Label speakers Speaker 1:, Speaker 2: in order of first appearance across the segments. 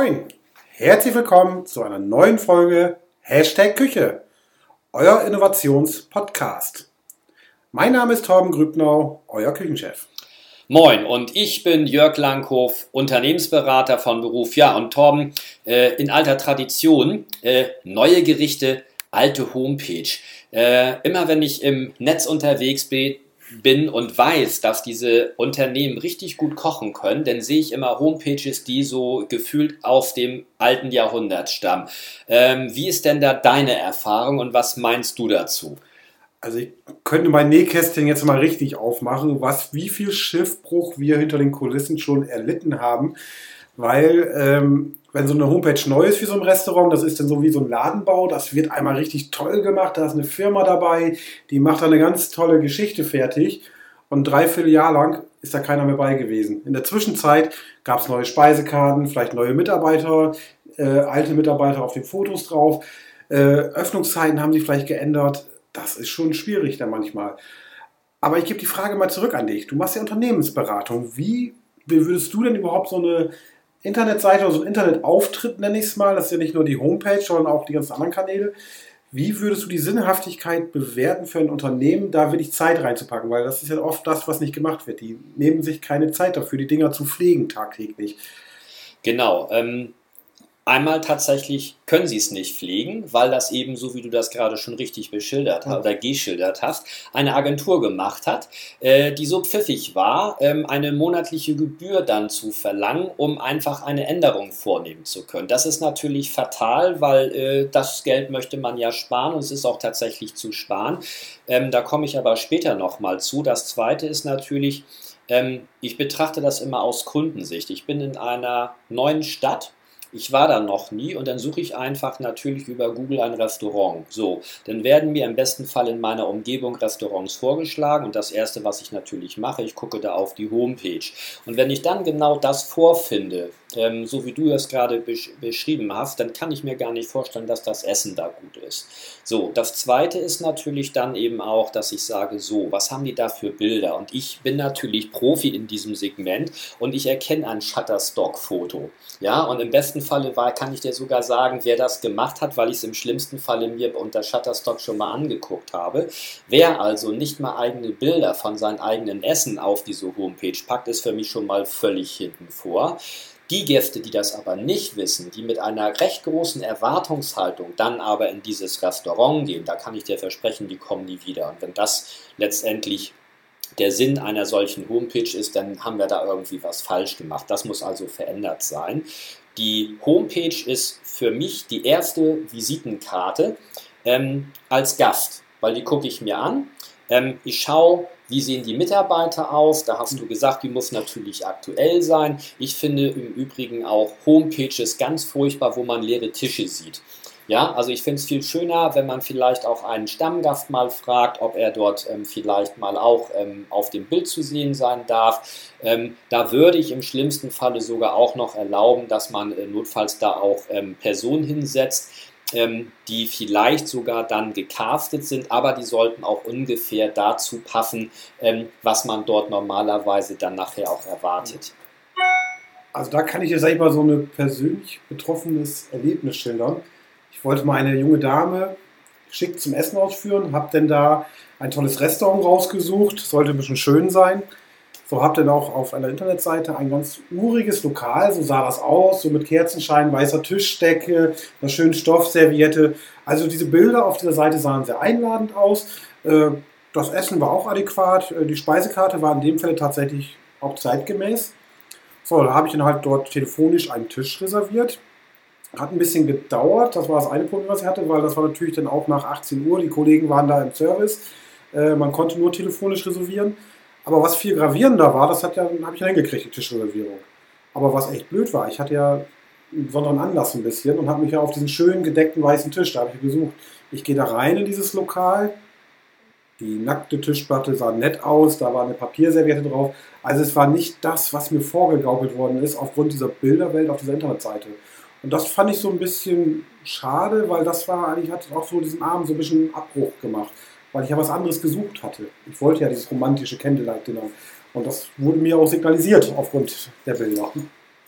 Speaker 1: Moin, herzlich willkommen zu einer neuen Folge #Küche, euer Innovationspodcast. Mein Name ist Torben Grübnau, euer Küchenchef.
Speaker 2: Moin, und ich bin Jörg Langhoff, Unternehmensberater von Beruf. Ja, und Torben, in alter Tradition, neue Gerichte, alte Homepage. Immer wenn ich im Netz unterwegs bin und weiß, dass diese Unternehmen richtig gut kochen können, dann sehe ich immer Homepages, die so gefühlt aus dem alten Jahrhundert stammen. Wie ist denn da deine Erfahrung und was meinst du dazu?
Speaker 1: Also ich könnte mein Nähkästchen jetzt mal richtig aufmachen, wie viel Schiffbruch wir hinter den Kulissen schon erlitten haben, weil wenn so eine Homepage neu ist wie so ein Restaurant, das ist dann so wie so ein Ladenbau, das wird einmal richtig toll gemacht, da ist eine Firma dabei, die macht da eine ganz tolle Geschichte fertig und 3/4 Jahr lang ist da keiner mehr bei gewesen. In der Zwischenzeit gab es neue Speisekarten, vielleicht neue Mitarbeiter, alte Mitarbeiter auf den Fotos drauf, Öffnungszeiten haben sich vielleicht geändert. Das ist schon schwierig dann manchmal. Aber ich gebe die Frage mal zurück an dich. Du machst ja Unternehmensberatung. Wie würdest du denn überhaupt so eine Internetseite oder so einen Internetauftritt, nenne ich es mal, das ist ja nicht nur die Homepage, sondern auch die ganzen anderen Kanäle. Wie würdest du die Sinnhaftigkeit bewerten für ein Unternehmen, da wirklich Zeit reinzupacken? Weil das ist ja oft das, was nicht gemacht wird. Die nehmen sich keine Zeit dafür, die Dinger zu pflegen tagtäglich.
Speaker 2: Genau, einmal tatsächlich können sie es nicht pflegen, weil das eben, so wie du das gerade schon richtig beschildert hast oder geschildert hast, eine Agentur gemacht hat, die so pfiffig war, eine monatliche Gebühr dann zu verlangen, um einfach eine Änderung vornehmen zu können. Das ist natürlich fatal, weil das Geld möchte man ja sparen und es ist auch tatsächlich zu sparen. Da komme ich aber später nochmal zu. Das Zweite ist natürlich, ich betrachte das immer aus Kundensicht. Ich bin in einer neuen Stadt. Ich war da noch nie und dann suche ich einfach natürlich über Google ein Restaurant. So, dann werden mir im besten Fall in meiner Umgebung Restaurants vorgeschlagen und das Erste, was ich natürlich mache, ich gucke da auf die Homepage. Und wenn ich dann genau das vorfinde, so wie du es gerade beschrieben hast, dann kann ich mir gar nicht vorstellen, dass das Essen da gut ist. So, das Zweite ist natürlich dann eben auch, dass ich sage, so, was haben die da für Bilder? Und ich bin natürlich Profi in diesem Segment und ich erkenne ein Shutterstock-Foto. Ja, und im besten Falle kann ich dir sogar sagen, wer das gemacht hat, weil ich es im schlimmsten Falle mir unter Shutterstock schon mal angeguckt habe. Wer also nicht mal eigene Bilder von seinem eigenen Essen auf diese Homepage packt, ist für mich schon mal völlig hinten vor. Die Gäste, die das aber nicht wissen, die mit einer recht großen Erwartungshaltung dann aber in dieses Restaurant gehen, da kann ich dir versprechen, die kommen nie wieder. Und wenn das letztendlich der Sinn einer solchen Homepage ist, dann haben wir da irgendwie was falsch gemacht. Das muss also verändert sein. Die Homepage ist für mich die erste Visitenkarte als Gast, weil die gucke ich mir an. Ich schaue, wie sehen die Mitarbeiter aus? Da hast du gesagt, die muss natürlich aktuell sein. Ich finde im Übrigen auch Homepages ganz furchtbar, wo man leere Tische sieht. Ja, also ich finde es viel schöner, wenn man vielleicht auch einen Stammgast mal fragt, ob er dort vielleicht mal auch auf dem Bild zu sehen sein darf. Da würde ich im schlimmsten Falle sogar auch noch erlauben, dass man notfalls da auch Personen hinsetzt, die vielleicht sogar dann gecastet sind, aber die sollten auch ungefähr dazu passen, was man dort normalerweise dann nachher auch erwartet.
Speaker 1: Also da kann ich jetzt, sag ich mal, so ein persönlich betroffenes Erlebnis schildern. Ich wollte mal eine junge Dame schick zum Essen ausführen, habe dann da ein tolles Restaurant rausgesucht, sollte ein bisschen schön sein. So habe dann auch auf einer Internetseite ein ganz uriges Lokal, so sah das aus, so mit Kerzenschein, weißer Tischdecke, einer schönen Stoffserviette. Also diese Bilder auf dieser Seite sahen sehr einladend aus. Das Essen war auch adäquat, die Speisekarte war in dem Fall tatsächlich auch zeitgemäß. So, da habe ich dann halt dort telefonisch einen Tisch reserviert. Hat ein bisschen gedauert, das war das eine Problem, was ich hatte, weil das war natürlich dann auch nach 18 Uhr, die Kollegen waren da im Service, man konnte nur telefonisch reservieren. Aber was viel gravierender war, habe ich ja hingekriegt, die Tischreservierung. Aber was echt blöd war, ich hatte ja einen besonderen Anlass ein bisschen und habe mich ja auf diesen schönen gedeckten weißen Tisch, da habe ich gesucht. Ich gehe da rein in dieses Lokal, die nackte Tischplatte sah nett aus, da war eine Papierserviette drauf. Also es war nicht das, was mir vorgegaukelt worden ist, aufgrund dieser Bilderwelt auf dieser Internetseite. Und das fand ich so ein bisschen schade, weil das war eigentlich, hat auch so diesen Abend so ein bisschen Abbruch gemacht, weil ich ja was anderes gesucht hatte. Ich wollte ja dieses romantische Candlelight Dinner und das wurde mir auch signalisiert aufgrund der Bilder.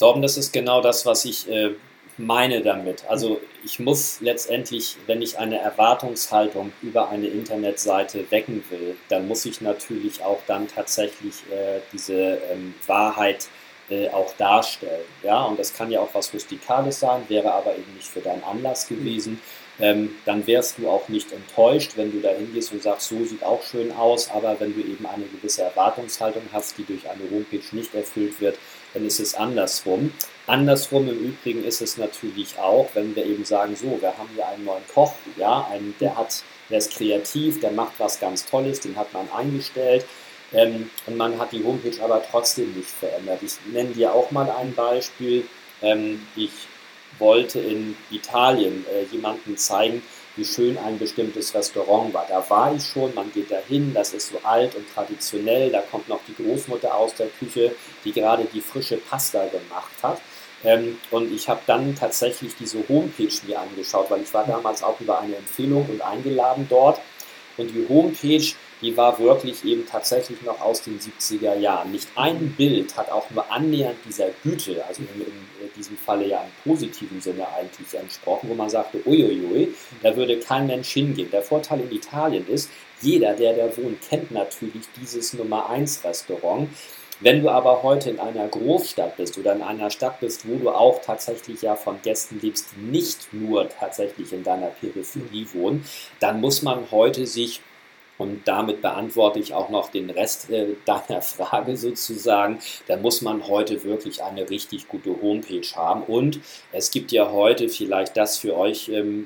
Speaker 2: Torben, das ist genau das, was ich meine damit. Also ich muss letztendlich, wenn ich eine Erwartungshaltung über eine Internetseite wecken will, dann muss ich natürlich auch dann tatsächlich diese Wahrheit auch darstellen. Ja, und das kann ja auch was Rustikales sein, wäre aber eben nicht für deinen Anlass gewesen. Dann wärst du auch nicht enttäuscht, wenn du da hingehst und sagst, so sieht auch schön aus, aber wenn du eben eine gewisse Erwartungshaltung hast, die durch eine Homepage nicht erfüllt wird, dann ist es andersrum. Andersrum im Übrigen ist es natürlich auch, wenn wir eben sagen, so, wir haben hier einen neuen Koch, ja, der ist kreativ, der macht was ganz Tolles, den hat man eingestellt, und man hat die Homepage aber trotzdem nicht verändert. Ich nenne dir auch mal ein Beispiel. Ich wollte in Italien jemandem zeigen, wie schön ein bestimmtes Restaurant war. Da war ich schon, man geht da hin, das ist so alt und traditionell, da kommt noch die Großmutter aus der Küche, die gerade die frische Pasta gemacht hat. Und ich habe dann tatsächlich diese Homepage mir angeschaut, weil ich war damals auch über eine Empfehlung und eingeladen dort. Und die Homepage, die war wirklich eben tatsächlich noch aus den 70er Jahren. Nicht ein Bild hat auch nur annähernd dieser Güte, also in diesem Falle ja im positiven Sinne eigentlich entsprochen, wo man sagte, uiuiui, da würde kein Mensch hingehen. Der Vorteil in Italien ist, jeder, der da wohnt, kennt natürlich dieses Nummer 1 Restaurant. Wenn du aber heute in einer Großstadt bist oder in einer Stadt bist, wo du auch tatsächlich ja von Gästen lebst, die nicht nur tatsächlich in deiner Peripherie wohnen, dann muss man heute sich, und damit beantworte ich auch noch den Rest deiner Frage sozusagen, da muss man heute wirklich eine richtig gute Homepage haben. Und es gibt ja heute, vielleicht das für euch,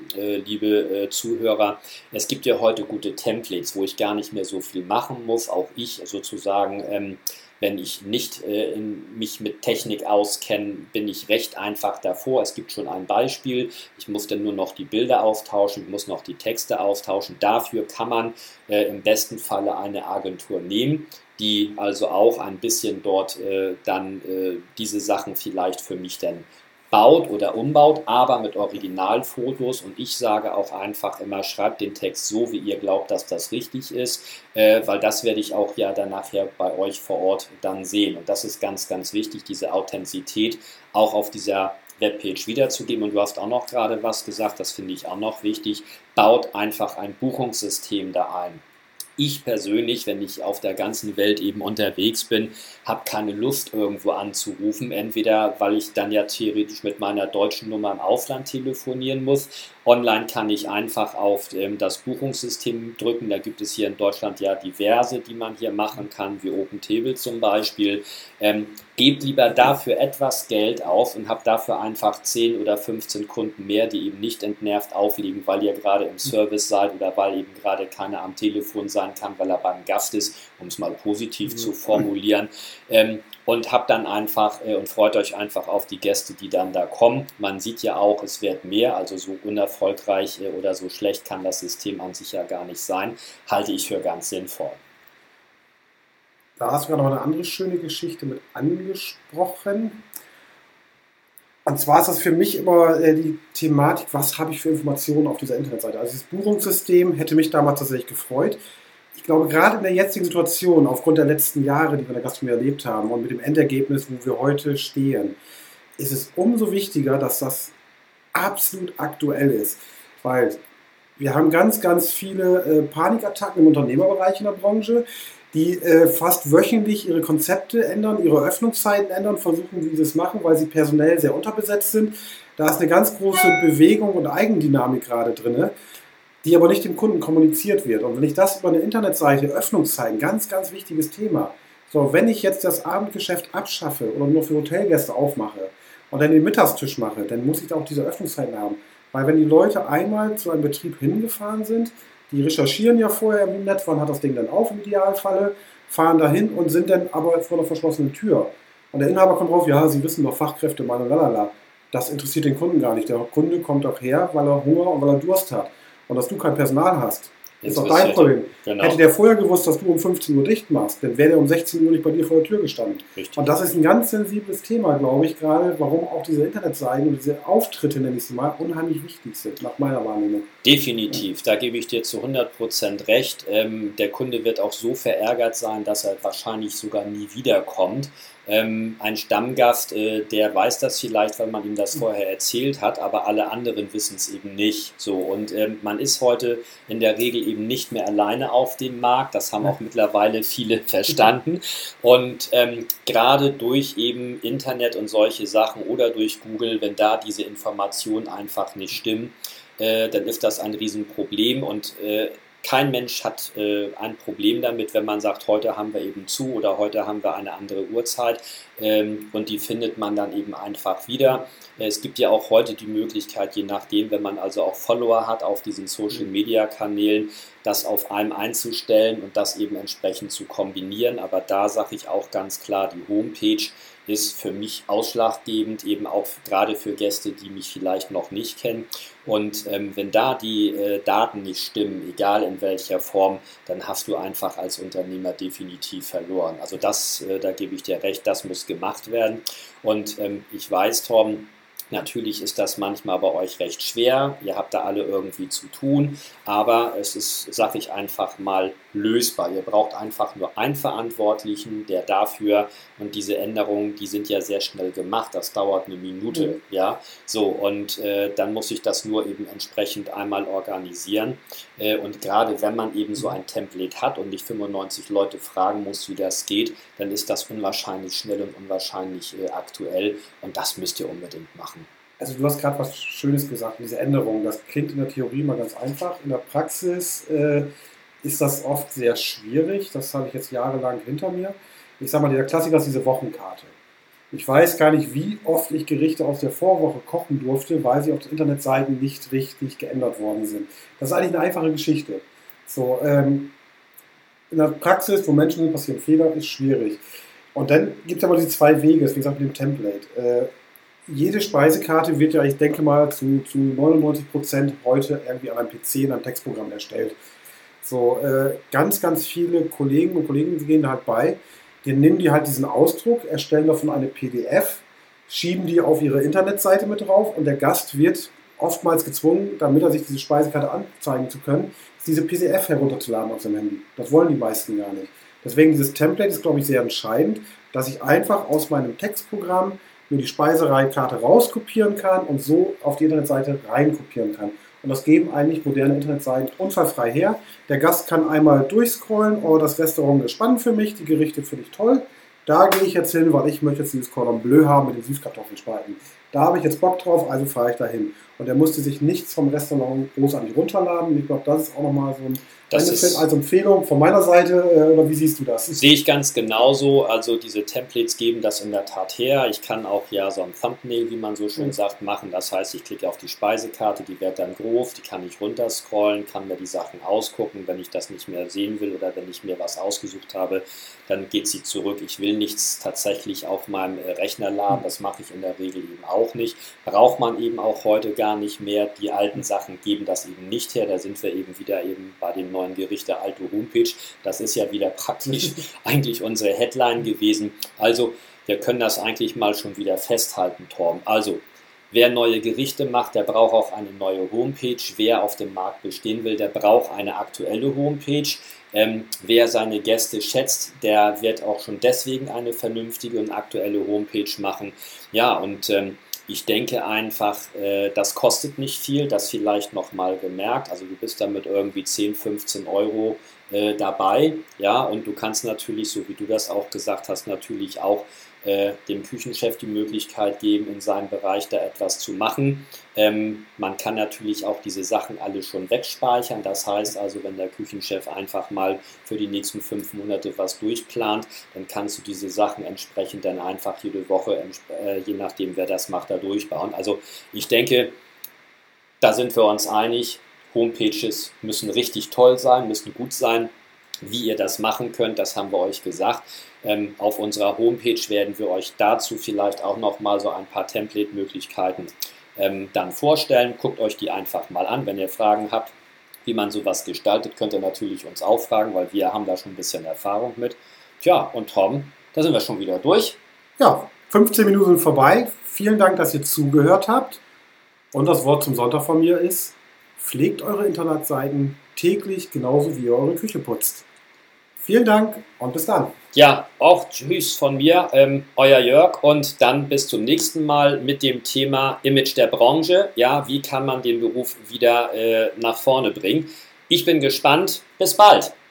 Speaker 2: liebe Zuhörer, es gibt ja heute gute Templates, wo ich gar nicht mehr so viel machen muss, auch ich sozusagen. Wenn ich nicht mich mit Technik auskenne, bin ich recht einfach davor. Es gibt schon ein Beispiel. Ich muss dann nur noch die Bilder austauschen, muss noch die Texte austauschen. Dafür kann man im besten Falle eine Agentur nehmen, die also auch ein bisschen dort dann diese Sachen vielleicht für mich dann baut oder umbaut, aber mit Originalfotos. Und ich sage auch einfach immer, schreibt den Text so, wie ihr glaubt, dass das richtig ist, weil das werde ich auch ja dann nachher bei euch vor Ort dann sehen. Und das ist ganz, ganz wichtig, diese Authentizität auch auf dieser Webpage wiederzugeben. Und du hast auch noch gerade was gesagt, das finde ich auch noch wichtig, baut einfach ein Buchungssystem da ein. Ich persönlich, wenn ich auf der ganzen Welt eben unterwegs bin, habe keine Lust, irgendwo anzurufen. Entweder, weil ich dann ja theoretisch mit meiner deutschen Nummer im Ausland telefonieren muss. Online kann ich einfach auf das Buchungssystem drücken. Da gibt es hier in Deutschland ja diverse, die man hier machen kann, wie OpenTable zum Beispiel. Gebt lieber dafür etwas Geld auf und habt dafür einfach 10 oder 15 Kunden mehr, die eben nicht entnervt aufliegen, weil ihr gerade im Service seid oder weil eben gerade keiner am Telefon sein kann, weil er beim Gast ist, um es mal positiv zu formulieren. Und habt dann einfach und freut euch einfach auf die Gäste, die dann da kommen. Man sieht ja auch, es wird mehr, also so unerfolgreich oder so schlecht kann das System an sich ja gar nicht sein, halte ich für ganz sinnvoll.
Speaker 1: Da hast du gerade noch eine andere schöne Geschichte mit angesprochen. Und zwar ist das für mich immer die Thematik, was habe ich für Informationen auf dieser Internetseite. Also das Buchungssystem hätte mich damals tatsächlich gefreut. Ich glaube, gerade in der jetzigen Situation, aufgrund der letzten Jahre, die wir in der Gastronomie erlebt haben und mit dem Endergebnis, wo wir heute stehen, ist es umso wichtiger, dass das absolut aktuell ist. Weil wir haben ganz, ganz viele Panikattacken im Unternehmerbereich in der Branche, die fast wöchentlich ihre Konzepte ändern, ihre Öffnungszeiten ändern, versuchen, wie sie es machen, weil sie personell sehr unterbesetzt sind. Da ist eine ganz große Bewegung und Eigendynamik gerade drin, die aber nicht dem Kunden kommuniziert wird. Und wenn ich das über eine Internetseite, Öffnungszeiten, ganz, ganz wichtiges Thema. So, wenn ich jetzt das Abendgeschäft abschaffe oder nur für Hotelgäste aufmache und dann den Mittagstisch mache, dann muss ich da auch diese Öffnungszeiten haben. Weil wenn die Leute einmal zu einem Betrieb hingefahren sind, die recherchieren ja vorher im Netz, wann hat das Ding denn auf im Idealfalle, fahren dahin und sind dann aber vor der verschlossenen Tür. Und der Inhaber kommt drauf, ja, Sie wissen doch, Fachkräftemangel, lalala. Das interessiert den Kunden gar nicht. Der Kunde kommt doch her, weil er Hunger und weil er Durst hat. Und dass du kein Personal hast, ist doch dein Problem. Genau. Hätte der vorher gewusst, dass du um 15 Uhr dicht machst, dann wäre der um 16 Uhr nicht bei dir vor der Tür gestanden. Richtig. Und das ist ein ganz sensibles Thema, glaube ich, gerade, warum auch diese Internetseiten und diese Auftritte, nenne ich sie mal, unheimlich wichtig sind, nach meiner Wahrnehmung.
Speaker 2: Definitiv, da gebe ich dir zu 100% recht. Der Kunde wird auch so verärgert sein, dass er wahrscheinlich sogar nie wiederkommt. Ein Stammgast, der weiß das vielleicht, weil man ihm das vorher erzählt hat, aber alle anderen wissen es eben nicht. So, und man ist heute in der Regel eben nicht mehr alleine auf dem Markt. Das haben auch mittlerweile viele verstanden. Und gerade durch eben Internet und solche Sachen oder durch Google, wenn da diese Informationen einfach nicht stimmen, dann ist das ein Riesenproblem und kein Mensch hat ein Problem damit, wenn man sagt, heute haben wir eben zu oder heute haben wir eine andere Uhrzeit und die findet man dann eben einfach wieder. Es gibt ja auch heute die Möglichkeit, je nachdem, wenn man also auch Follower hat auf diesen Social-Media-Kanälen, das auf einem einzustellen und das eben entsprechend zu kombinieren. Aber da sage ich auch ganz klar, die Homepage ist für mich ausschlaggebend, eben auch gerade für Gäste, die mich vielleicht noch nicht kennen. Und wenn da die Daten nicht stimmen, egal in welcher Form, dann hast du einfach als Unternehmer definitiv verloren. Also das, da gebe ich dir recht, das muss gemacht werden. Und ich weiß, Torben, natürlich ist das manchmal bei euch recht schwer. Ihr habt da alle irgendwie zu tun, aber es ist, sage ich einfach mal, lösbar. Ihr braucht einfach nur einen Verantwortlichen, der dafür und diese Änderungen, die sind ja sehr schnell gemacht. Das dauert eine Minute, ja. So und dann muss ich das nur eben entsprechend einmal organisieren. Und gerade wenn man eben so ein Template hat und nicht 95 Leute fragen muss, wie das geht, dann ist das unwahrscheinlich schnell und unwahrscheinlich aktuell und das müsst ihr unbedingt machen.
Speaker 1: Also du hast gerade was Schönes gesagt, diese Änderungen. Das klingt in der Theorie mal ganz einfach. In der Praxis ist das oft sehr schwierig. Das habe ich jetzt jahrelang hinter mir. Ich sage mal, der Klassiker ist diese Wochenkarte. Ich weiß gar nicht, wie oft ich Gerichte aus der Vorwoche kochen durfte, weil sie auf den Internetseiten nicht richtig geändert worden sind. Das ist eigentlich eine einfache Geschichte. So, in der Praxis, wo Menschen sind, passieren Fehler, ist schwierig. Und dann gibt es aber diese zwei Wege, wie gesagt mit dem Template. Jede Speisekarte wird ja, ich denke mal, zu 99% heute irgendwie an einem PC, in einem Textprogramm erstellt. So, ganz, ganz viele Kollegen und Kolleginnen gehen halt bei, die nehmen die halt diesen Ausdruck, erstellen davon eine PDF, schieben die auf ihre Internetseite mit drauf und der Gast wird oftmals gezwungen, damit er sich diese Speisekarte anzeigen zu können, diese PDF herunterzuladen auf seinem Handy. Das wollen die meisten gar nicht. Deswegen dieses Template ist, glaube ich, sehr entscheidend, dass ich einfach aus meinem Textprogramm nur die Speisereikarte rauskopieren kann und so auf die Internetseite reinkopieren kann. Und das geben eigentlich moderne Internetseiten unfallfrei her. Der Gast kann einmal durchscrollen, oh, das Restaurant ist spannend für mich, die Gerichte finde ich toll. Da gehe ich jetzt hin, weil ich möchte jetzt dieses Cordon Bleu haben mit den Süßkartoffelspalten. Da habe ich jetzt Bock drauf, also fahre ich dahin. Und er musste sich nichts vom Restaurant großartig runterladen. Ich glaube, das ist auch nochmal so ein Benefit als Empfehlung von meiner Seite. Oder wie siehst du das?
Speaker 2: Sehe ich ganz genauso. Also diese Templates geben das in der Tat her. Ich kann auch ja so ein Thumbnail, wie man so schön sagt, machen. Das heißt, ich klicke auf die Speisekarte, die wird dann groß, die kann ich runterscrollen, kann mir die Sachen ausgucken. Wenn ich das nicht mehr sehen will oder wenn ich mir was ausgesucht habe, dann geht sie zurück. Ich will nichts tatsächlich auf meinem Rechner laden. Das mache ich in der Regel eben auch nicht. Braucht man eben auch heute gar nicht mehr. Die alten Sachen geben das eben nicht her. Da sind wir eben wieder eben bei den neuen Gerichte, alte Homepage. Das ist ja wieder praktisch eigentlich unsere Headline gewesen. Also wir können das eigentlich mal schon wieder festhalten, Torben. Also wer neue Gerichte macht, der braucht auch eine neue Homepage. Wer auf dem Markt bestehen will, der braucht eine aktuelle Homepage. Wer seine Gäste schätzt, der wird auch schon deswegen eine vernünftige und aktuelle Homepage machen. Ja, und ich denke einfach, das kostet nicht viel, das vielleicht nochmal gemerkt. Also du bist damit irgendwie 10, 15 Euro dabei. Ja, und du kannst natürlich, so wie du das auch gesagt hast, natürlich auch dem Küchenchef die Möglichkeit geben, in seinem Bereich da etwas zu machen. Man kann natürlich auch diese Sachen alle schon wegspeichern. Das heißt also, wenn der Küchenchef einfach mal für die nächsten 5 Monate was durchplant, dann kannst du diese Sachen entsprechend dann einfach jede Woche, je nachdem wer das macht, da durchbauen. Also ich denke, da sind wir uns einig, Homepages müssen richtig toll sein, müssen gut sein. Wie ihr das machen könnt, das haben wir euch gesagt. Auf unserer Homepage werden wir euch dazu vielleicht auch nochmal so ein paar Template-Möglichkeiten dann vorstellen. Guckt euch die einfach mal an. Wenn ihr Fragen habt, wie man sowas gestaltet, könnt ihr natürlich uns auch fragen, weil wir haben da schon ein bisschen Erfahrung mit. Tja, und Tom, da sind wir schon wieder durch.
Speaker 1: Ja, 15 Minuten sind vorbei. Vielen Dank, dass ihr zugehört habt. Und das Wort zum Sonntag von mir ist: Pflegt eure Internetseiten täglich genauso wie ihr eure Küche putzt. Vielen Dank und bis dann.
Speaker 2: Ja, auch tschüss von mir, euer Jörg, und dann bis zum nächsten Mal mit dem Thema Image der Branche. Ja, wie kann man den Beruf wieder nach vorne bringen? Ich bin gespannt. Bis bald.